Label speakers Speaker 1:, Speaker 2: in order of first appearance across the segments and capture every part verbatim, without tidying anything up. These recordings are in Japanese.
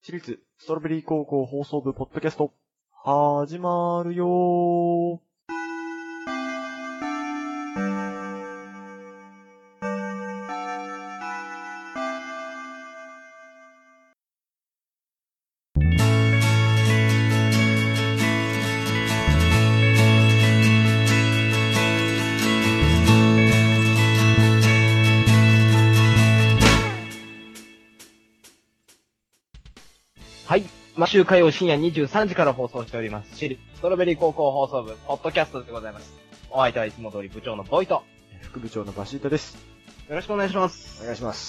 Speaker 1: 私立ストロベリー高校放送部ポッドキャスト、始まるよー。
Speaker 2: はい。毎週火曜深夜にじゅうさんじから放送しております。私立ストロベリー高校放送部、ポッドキャストでございます。お相手はいつも通り部長のボイト。
Speaker 1: 副部長のバシータです。
Speaker 2: よろしくお願いします。
Speaker 1: お願いします。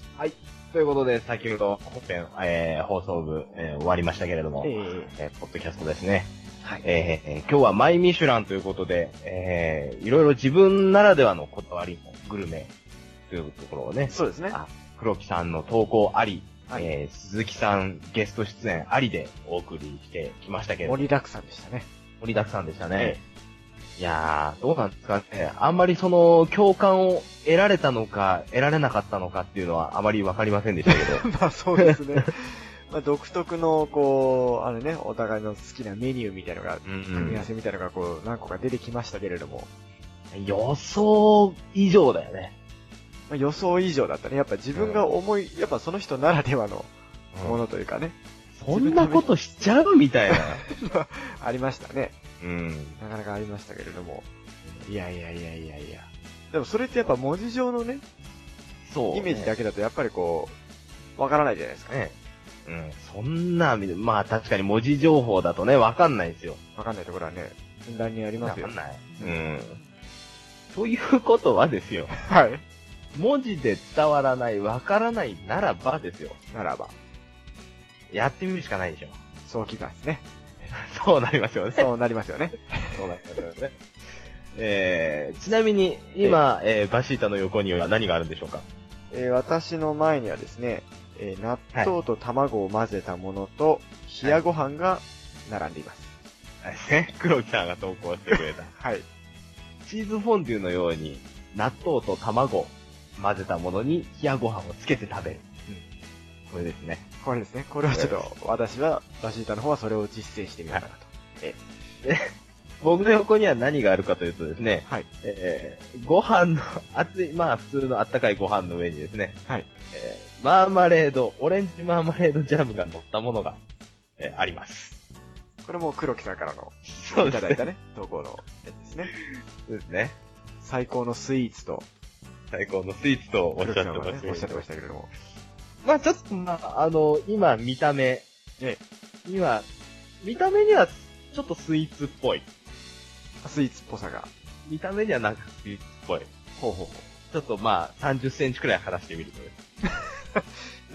Speaker 2: はい。ということで、先ほど本編、えー、放送部、えー、終わりましたけれども、えーえー、ポッドキャストですね。はい。えー、今日はマイミシュランということで、えー、いろいろ自分ならではのこだわりも、グルメというところをね。
Speaker 1: そうですね。
Speaker 2: あ、黒木さんの投稿あり、
Speaker 1: はい、
Speaker 2: えー、鈴木さんゲスト出演ありでお送りしてきましたけれども。
Speaker 1: 盛りだくさんでしたね。
Speaker 2: 盛りだくさんでしたね。ええ、いやー、どうなんですかね。あんまりその共感を得られたのか、得られなかったのかっていうのはあまりわかりませんでしたけど。
Speaker 1: まあそうですね。まあ独特の、こう、あれね、お互いの好きなメニューみたいなのが、うんうん、組み合わせみたいなのがこう、何個か出てきましたけれども。
Speaker 2: 予想以上だよね。
Speaker 1: 予想以上だったね。やっぱ自分が思い、うん、やっぱその人ならではのものというかね。
Speaker 2: うん、そんなことしちゃうみたいな。
Speaker 1: ありましたね。
Speaker 2: うん。
Speaker 1: なかなかありましたけれども。いやいやいやいやいや。でもそれってやっぱ文字上のね、そう、ね。イメージだけだとやっぱりこう、わからないじゃないですか。ね。
Speaker 2: うん。そんな、まあ確かに文字情報だとね、わかんないですよ。
Speaker 1: わかんないところはね、ふんだんにありますよ。
Speaker 2: わかんない。うん。ということはですよ。
Speaker 1: はい。
Speaker 2: 文字で伝わらない、わからないならばですよ。
Speaker 1: ならば。
Speaker 2: やってみるしかないでしょ。
Speaker 1: そうきますね。
Speaker 2: そうなりますよね。
Speaker 1: そうなりますよね。
Speaker 2: そうなりますよね。えー、ちなみに、今、えー、バシータの横には何があるんでしょうか？
Speaker 1: えー、私の前にはですね、えー、納豆と卵を混ぜたものと、冷やご飯が並んでいます。
Speaker 2: はい。ね、黒木さんが投稿してくれた。
Speaker 1: はい。
Speaker 2: チーズフォンデュのように、納豆と卵、混ぜたものに冷やご飯をつけて食べる。うん。これですね。
Speaker 1: これですね。これはちょっと、私は、バシータの方はそれを実践してみようかなと。
Speaker 2: ええ。僕の横には何があるかというとですね。
Speaker 1: はい。
Speaker 2: えー、ご飯の、熱い、まあ普通のあったかいご飯の上にですね。
Speaker 1: はい。
Speaker 2: えー、マーマレード、オレンジマーマレードジャムが乗ったものが、えー、あります。
Speaker 1: これも黒木さんからの、
Speaker 2: そうですね。いただい
Speaker 1: たね、投稿のやつですね。
Speaker 2: そうですね。
Speaker 1: 最高のスイーツと、
Speaker 2: 最高のスイーツとおっしゃってました、
Speaker 1: ね、おっしゃってましたけれども。
Speaker 2: まあちょっとまあ、あの、今見た目、
Speaker 1: ええ、
Speaker 2: には、見た目にはちょっとスイーツっぽい。
Speaker 1: スイーツっぽさが。
Speaker 2: 見た目にはなんかスイーツっぽい。
Speaker 1: ほうほうほう。
Speaker 2: ちょっとまあ、さんじゅっセンチくらい離してみるとです。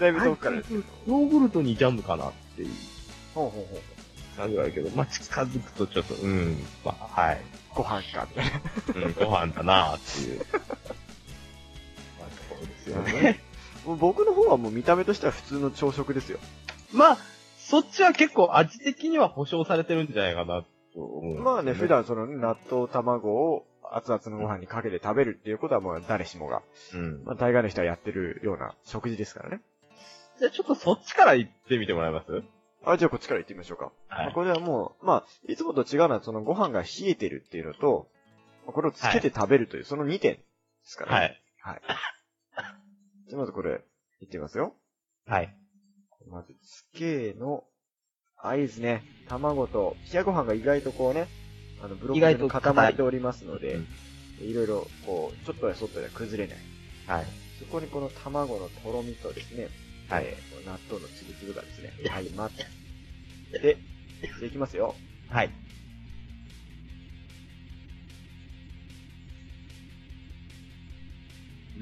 Speaker 1: だいぶ遠くからですけど。
Speaker 2: ヨーグルトにジャムかなっていう。
Speaker 1: ほうほうほう。
Speaker 2: 感じはあるけど、まあ近づくとちょっと、うん、まあ、はい。
Speaker 1: ご飯か、みたいな。
Speaker 2: うん、ご飯だなっていう。まあ、そうですよね。
Speaker 1: 僕の方はもう見た目としては普通の朝食ですよ。
Speaker 2: まあ、そっちは結構味的には保証されてるんじゃないかなと思う、ね。
Speaker 1: まあね、普段その、ね、納豆卵を熱々のご飯にかけて食べるっていうことはもう誰しもが、うん。まあ大概の人はやってるような食事ですからね。
Speaker 2: じゃあちょっとそっちから行ってみてもらえます？
Speaker 1: あ、じゃあこっちから行ってみましょうか。はい。まあ、これはもう、まあ、いつもと違うのはそのご飯が冷えてるっていうのと、これをつけて食べるという、はい、そのにてんですからね。はい。はい。じゃあまずこれ、いってみますよ。
Speaker 2: はい。
Speaker 1: まず、つけの、あ、いいですね。卵と、冷やご飯が意外とこうね、あの、ブロッコリーに固まっておりますので、うん、いろいろ、こう、ちょっとやそっとでは崩れない。はい。そこにこの卵のとろみとですね、はい。納豆のつぶつぶがですね、はい、待って。で、じゃいきますよ。
Speaker 2: はい。
Speaker 1: うん。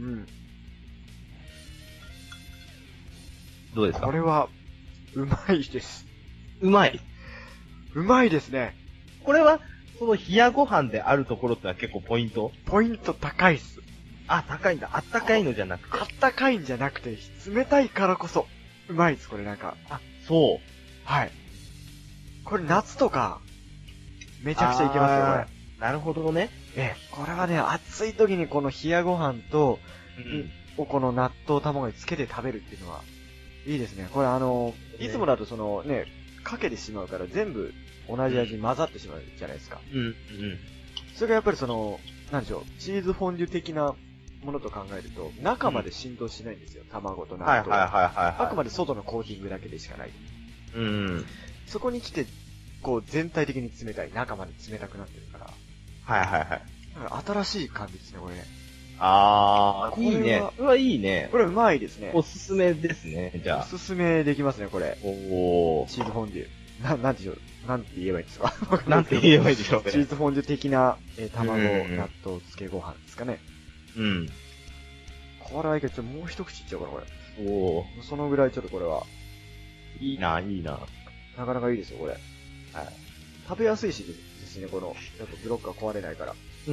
Speaker 2: どうですか？
Speaker 1: これは、うまいです。
Speaker 2: うまい。
Speaker 1: うまいですね。
Speaker 2: これは、その冷やご飯であるところってのは結構ポイント？
Speaker 1: ポイント高いっす。
Speaker 2: あ、高いんだ。あったかいのじゃなくて。
Speaker 1: あったかいんじゃなくて、冷たいからこそ、うまいです、これなんか。
Speaker 2: あ、そう。
Speaker 1: はい。これ夏とか、めちゃくちゃいけますよ、これ。
Speaker 2: なるほどね。
Speaker 1: ええ、これはね、暑い時にこの冷やご飯と、うん、をこの納豆卵につけて食べるっていうのは、 いいですね。これあの、いつもだとそのね、かけてしまうから全部同じ味に混ざってしまうじゃないですか。
Speaker 2: うん。うん。
Speaker 1: それがやっぱりその、なんでしょう、チーズフォンデュ的なものと考えると、中まで浸透しないんですよ、うん、卵と納豆。
Speaker 2: はいはいはいはい、はい。
Speaker 1: あくまで外のコーティングだけでしかない。
Speaker 2: うん。
Speaker 1: そこに来て、こう全体的に冷たい、中まで冷たくなってるから。
Speaker 2: はいはいはい。
Speaker 1: だから新しい感じですね、これね。
Speaker 2: あー、いいね。これはいいね。
Speaker 1: これうまいですね。
Speaker 2: おすすめですね、じゃあ。
Speaker 1: おすすめできますね、これ。
Speaker 2: おー。
Speaker 1: チーズフォンデュ。な、なんでしょう。なんて言えばいいんですか
Speaker 2: なんて言えばいいでしょうね。
Speaker 1: チーズフォンデュ的な、えー、卵、納豆、つけご飯ですかね。
Speaker 2: うん。
Speaker 1: これはいいけど、ちょっともう一口いっちゃおうかな、こ
Speaker 2: れ。おー。
Speaker 1: そのぐらいちょっとこれは。
Speaker 2: いいな、いいな。
Speaker 1: なかなかいいですよ、これ。はい。食べやすいしですね、この、やっぱブロックが壊れないから。
Speaker 2: うん。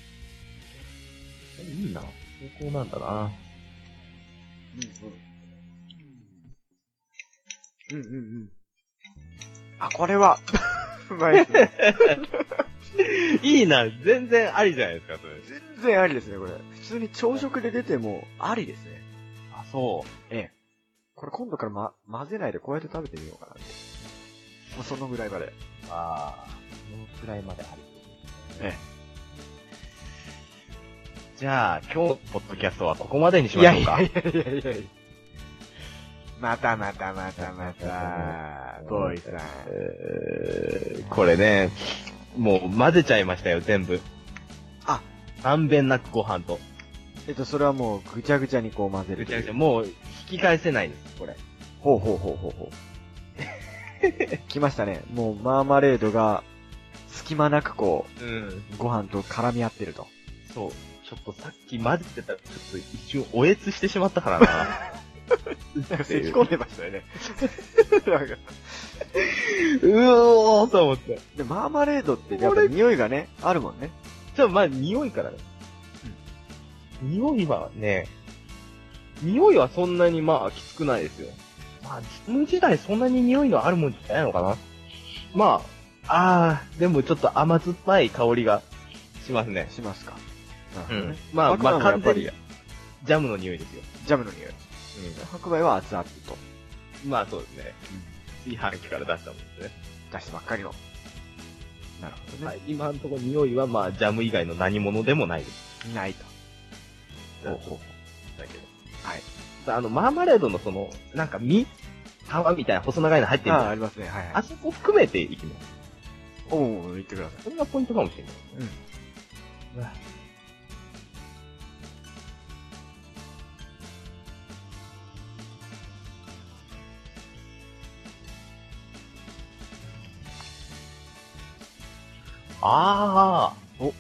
Speaker 2: いいな。最高なんだな。
Speaker 1: うんうん。うんうんうん。あ、これは、うまいですね。
Speaker 2: いいな、全然ありじゃないですか、それ。
Speaker 1: 全然ありですね、これ。普通に朝食で出ても、ありですね。
Speaker 2: あ、そう。
Speaker 1: ええ。これ今度からま、混ぜないでこうやって食べてみようかなって。もうそのぐらいまで。
Speaker 2: ああ、そのくらいまであり。
Speaker 1: ええ。
Speaker 2: じゃあ、今日のポッドキャストはここまでにしましょうか。
Speaker 1: いやいやいやいやいやまたまたまたまた、ボーイさん。
Speaker 2: えー、これね、もう混ぜちゃいましたよ、全部。
Speaker 1: あ、
Speaker 2: まんべんなくご飯と。
Speaker 1: えっと、それはもうぐちゃぐちゃにこう混ぜる。
Speaker 2: ぐちゃぐちゃ、もう引き返せないです、これ。
Speaker 1: ほうほうほうほうほう。来ましたね。もうマーマレードが隙間なくこう、うん、ご飯と絡み合ってると。
Speaker 2: そう。ちょっとさっき混ぜてたら、ちょっと一瞬おえつしてしまったからな。
Speaker 1: なんか咳込んでましたよね。なんか
Speaker 2: うおーと思って。
Speaker 1: で、マーマレードってやっぱ匂いがね、あるもんね。
Speaker 2: じゃあまあ匂いからね。うん、匂いはね、匂いはそんなにまあきつくないですよ。まあ、ジム自体そんなに匂いのあるもんじゃないのかな。まあ、あー、でもちょっと甘酸っぱい香りがしますね。
Speaker 1: しますか。
Speaker 2: うん。まあ、まあ、完全に、ジャムの匂いですよ。
Speaker 1: ジャムの匂い。うん。白米は熱々と。
Speaker 2: まあ、そうですね。炊飯器から出したもんですね。
Speaker 1: 出したばっかりの。なるほどね。
Speaker 2: はい。今のところ匂いは、まあ、ジャム以外の何物でもないです。
Speaker 1: ないと。
Speaker 2: ほうほうほう。だけど。
Speaker 1: はい。
Speaker 2: あの、マーマレードのその、なんか実、皮みたいな細長いの入ってるんです
Speaker 1: ああ、ありますね。はいはい。
Speaker 2: あそこ含めていきます。
Speaker 1: おお、言ってください。
Speaker 2: それがポイントかもしれない。うん。ああ。お。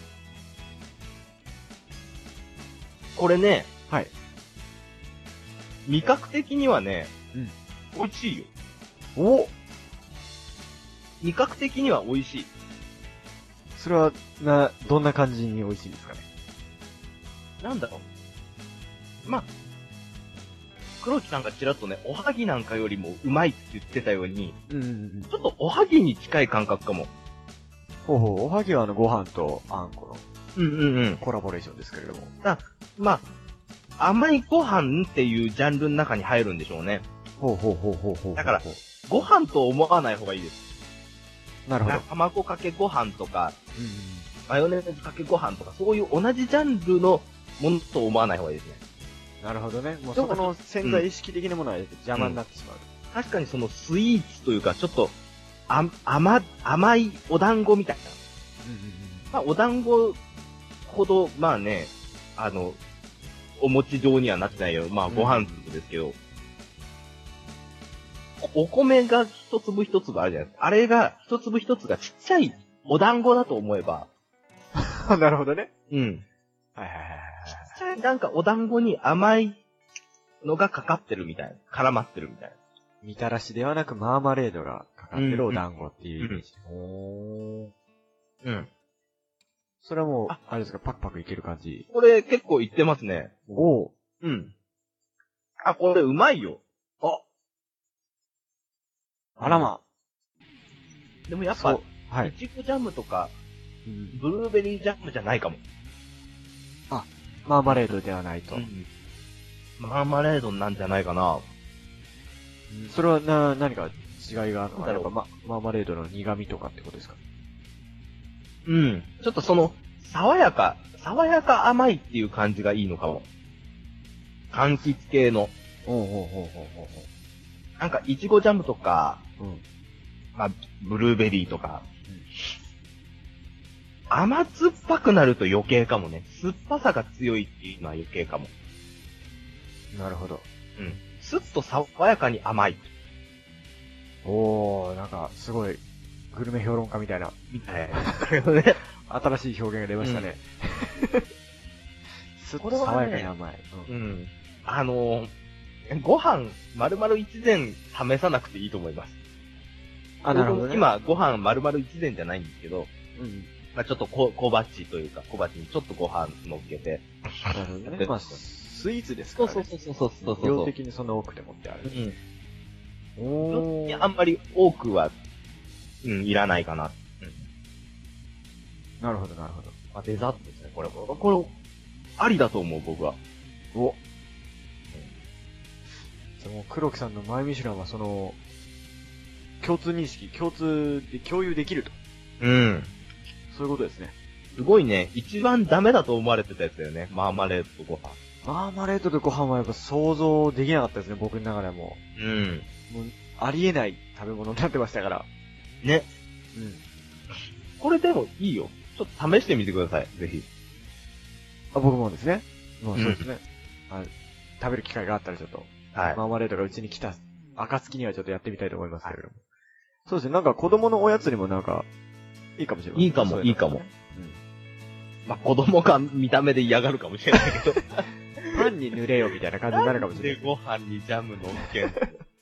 Speaker 2: これね。
Speaker 1: はい。
Speaker 2: 味覚的にはね。
Speaker 1: うん。
Speaker 2: 美味しいよ。
Speaker 1: お
Speaker 2: 味覚的には美味しい。
Speaker 1: それは、な、どんな感じに美味しいんですかね。
Speaker 2: なんだろう。まあ、黒木さんがちらっとね、おはぎなんかよりもうまいって言ってたように、
Speaker 1: うんうんうん、
Speaker 2: ちょっとおはぎに近い感覚かも。
Speaker 1: ほうほう、おはぎはあのご飯とあんこの、
Speaker 2: うんうんうん。
Speaker 1: コラボレーションですけれども。
Speaker 2: あ、まあ、甘いご飯っていうジャンルの中に入るんでしょうね。
Speaker 1: ほうほうほうほうほう。
Speaker 2: だから、ご飯と思わない方がいいです。
Speaker 1: なるほど。
Speaker 2: 卵かけご飯とか、
Speaker 1: うんうん、
Speaker 2: マヨネーズかけご飯とか、そういう同じジャンルのものと思わない方がいいですね。
Speaker 1: なるほどね。もうそこの潜在意識的なものは邪魔になってしまう、
Speaker 2: うん。確かにそのスイーツというか、ちょっと、あ、甘、甘いお団子みたいな。うんうんうん、まあ、お団子ほど、まあね、あの、お餅状にはなってないよ。まあ、ご飯粒ですけど、うん、お米が一粒一粒あるじゃないですか。あれが、一粒一粒がちっちゃいお団子だと思えば。
Speaker 1: なるほどね。
Speaker 2: うん。
Speaker 1: はいはいはいはい。
Speaker 2: ちっちゃい、なんかお団子に甘いのがかかってるみたいな。絡まってるみたいな。
Speaker 1: みたらしではなくマーマレードがかかってるお団子っていうイメージ。
Speaker 2: うんうん、おー。うん。
Speaker 1: それはもう、あ、あれですか、パクパクいける感じ。
Speaker 2: これ結構いってますね。
Speaker 1: おー。
Speaker 2: うん。あ、これうまいよ。
Speaker 1: ああらま。
Speaker 2: でもやっぱ、
Speaker 1: はい。
Speaker 2: いちごジャムとか、うん、ブルーベリージャムじゃないかも。
Speaker 1: あ、マーマレードではないと。うん、
Speaker 2: マーマレードなんじゃないかな。
Speaker 1: それはな、何か違いがあるのかな？やっぱマ、マーマレードの苦味とかってことですか？
Speaker 2: うん。ちょっとその、爽やか、爽やか甘いっていう感じがいいのかも。柑橘系の。
Speaker 1: おうおうおうおうおう。
Speaker 2: なんか、いちごジャムとか、
Speaker 1: うん。
Speaker 2: まあ、ブルーベリーとか、うん、甘酸っぱくなると余計かもね。酸っぱさが強いっていうのは余計かも。
Speaker 1: なるほど。
Speaker 2: うん。スッと爽やかに甘い。
Speaker 1: おー、なんか、すごい、グルメ評論家みたいな。
Speaker 2: みたいな。ね。
Speaker 1: 新しい表現が出ましたね。うん、スッと爽やかに甘い。
Speaker 2: うん。うん、あのー、ご飯、丸々一膳試さなくていいと思います。
Speaker 1: あ、なるほどね。
Speaker 2: 今、ご飯丸々一膳じゃないんですけど、
Speaker 1: うん。
Speaker 2: まあちょっと小、小鉢というか、小鉢にちょっとご飯乗っけて。
Speaker 1: なるほどね。まあ、スイーツですからね。
Speaker 2: そうそうそうそうそうそう。
Speaker 1: 量的にそんな多くてもってある。
Speaker 2: うん。おー。あんまり多くは、うん、いらないかな。うん。
Speaker 1: なるほど、なるほど。
Speaker 2: まあ、デザートですね、これ。これ、ありだと思う、僕は。
Speaker 1: お。じゃあもう、黒木さんのマイミシュランはその、共通認識、共通で共有できると。
Speaker 2: うん。
Speaker 1: そういうことですね。
Speaker 2: すごいね、一番ダメだと思われてたやつだよね。マーマレードとご飯。
Speaker 1: マーマレードとご飯はやっぱ想像できなかったですね、僕の中でも。
Speaker 2: うん。
Speaker 1: もう、ありえない食べ物になってましたから。
Speaker 2: ね。
Speaker 1: うん。
Speaker 2: これでもいいよ。ちょっと試してみてください、ぜひ。
Speaker 1: あ、僕もですね。もうそうですね。うん、あ食べる機会があったらちょっと、はい。マーマレードがうちに来た暁にはちょっとやってみたいと思いますけれども。はい、そうですね。なんか子供のおやつにもなんか、いいかもしれない、ね。
Speaker 2: いいかも、いいかも。うん。まあ、子供が見た目で嫌がるかもしれないけど。
Speaker 1: パンに塗れよみたいな感じになるかもしれない。
Speaker 2: で、ご飯にジャム乗っけん。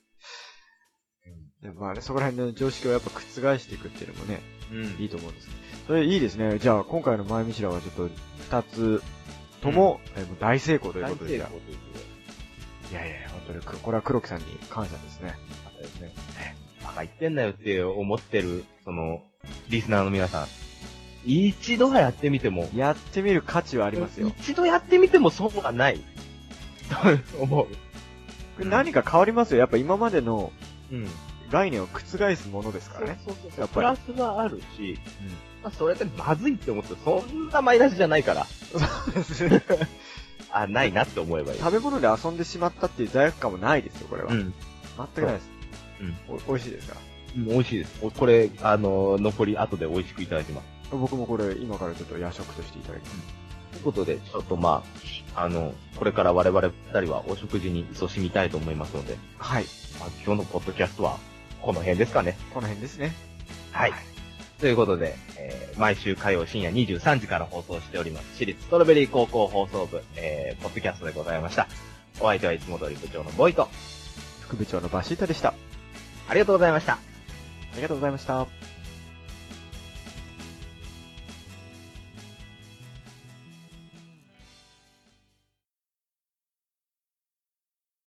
Speaker 1: うん、まあね、そこら辺の常識をやっぱ覆していくっていうのもね、
Speaker 2: うん、
Speaker 1: いいと思うんです。それいいですね。じゃあ、今回のマイミシュランはちょっと、二つとも、うん、えもう大成功ということで。大成功ということで。いやいや、本当に、これは黒木さんに感謝ですね。
Speaker 2: 感謝ですね。バカ言ってんだよって思ってる、その、リスナーの皆さん。一度はやってみても。
Speaker 1: やってみる価値はありますよ。
Speaker 2: 一度やってみても損はない。と思う。こ
Speaker 1: れ何か変わりますよ。やっぱ今までの、
Speaker 2: うん。
Speaker 1: 概念を覆すものですからね。
Speaker 2: そうそうそう。やっぱり。プラスはあるし、うん。まあ、それでまずいって思ってそんなマイナスじゃないから。
Speaker 1: そうですね。
Speaker 2: あ、ないなって思えばいい。
Speaker 1: 食べ物で遊んでしまったっていう罪悪感もないですよ、これは。うん。全くないです。うん。お、美味しいですか？
Speaker 2: うん、美味しいです。これ、あの、残り後で美味しくいただきます。
Speaker 1: 僕もこれ、今からちょっと夜食としていただきます。
Speaker 2: ということで、ちょっとまあ、あの、これから我々二人はお食事に勤しみたいと思いますので。
Speaker 1: はい。
Speaker 2: まあ、今日のポッドキャストは、この辺ですかね。
Speaker 1: この辺ですね。
Speaker 2: はい。はい、ということで、えー、毎週火曜深夜にじゅうさんじから放送しております。私立ストロベリー高校放送部、えー、ポッドキャストでございました。お相手はいつも通り部長のボイト。
Speaker 1: 副部長のバシータでした。
Speaker 2: ありがとうございました。あ
Speaker 1: りがとうございました。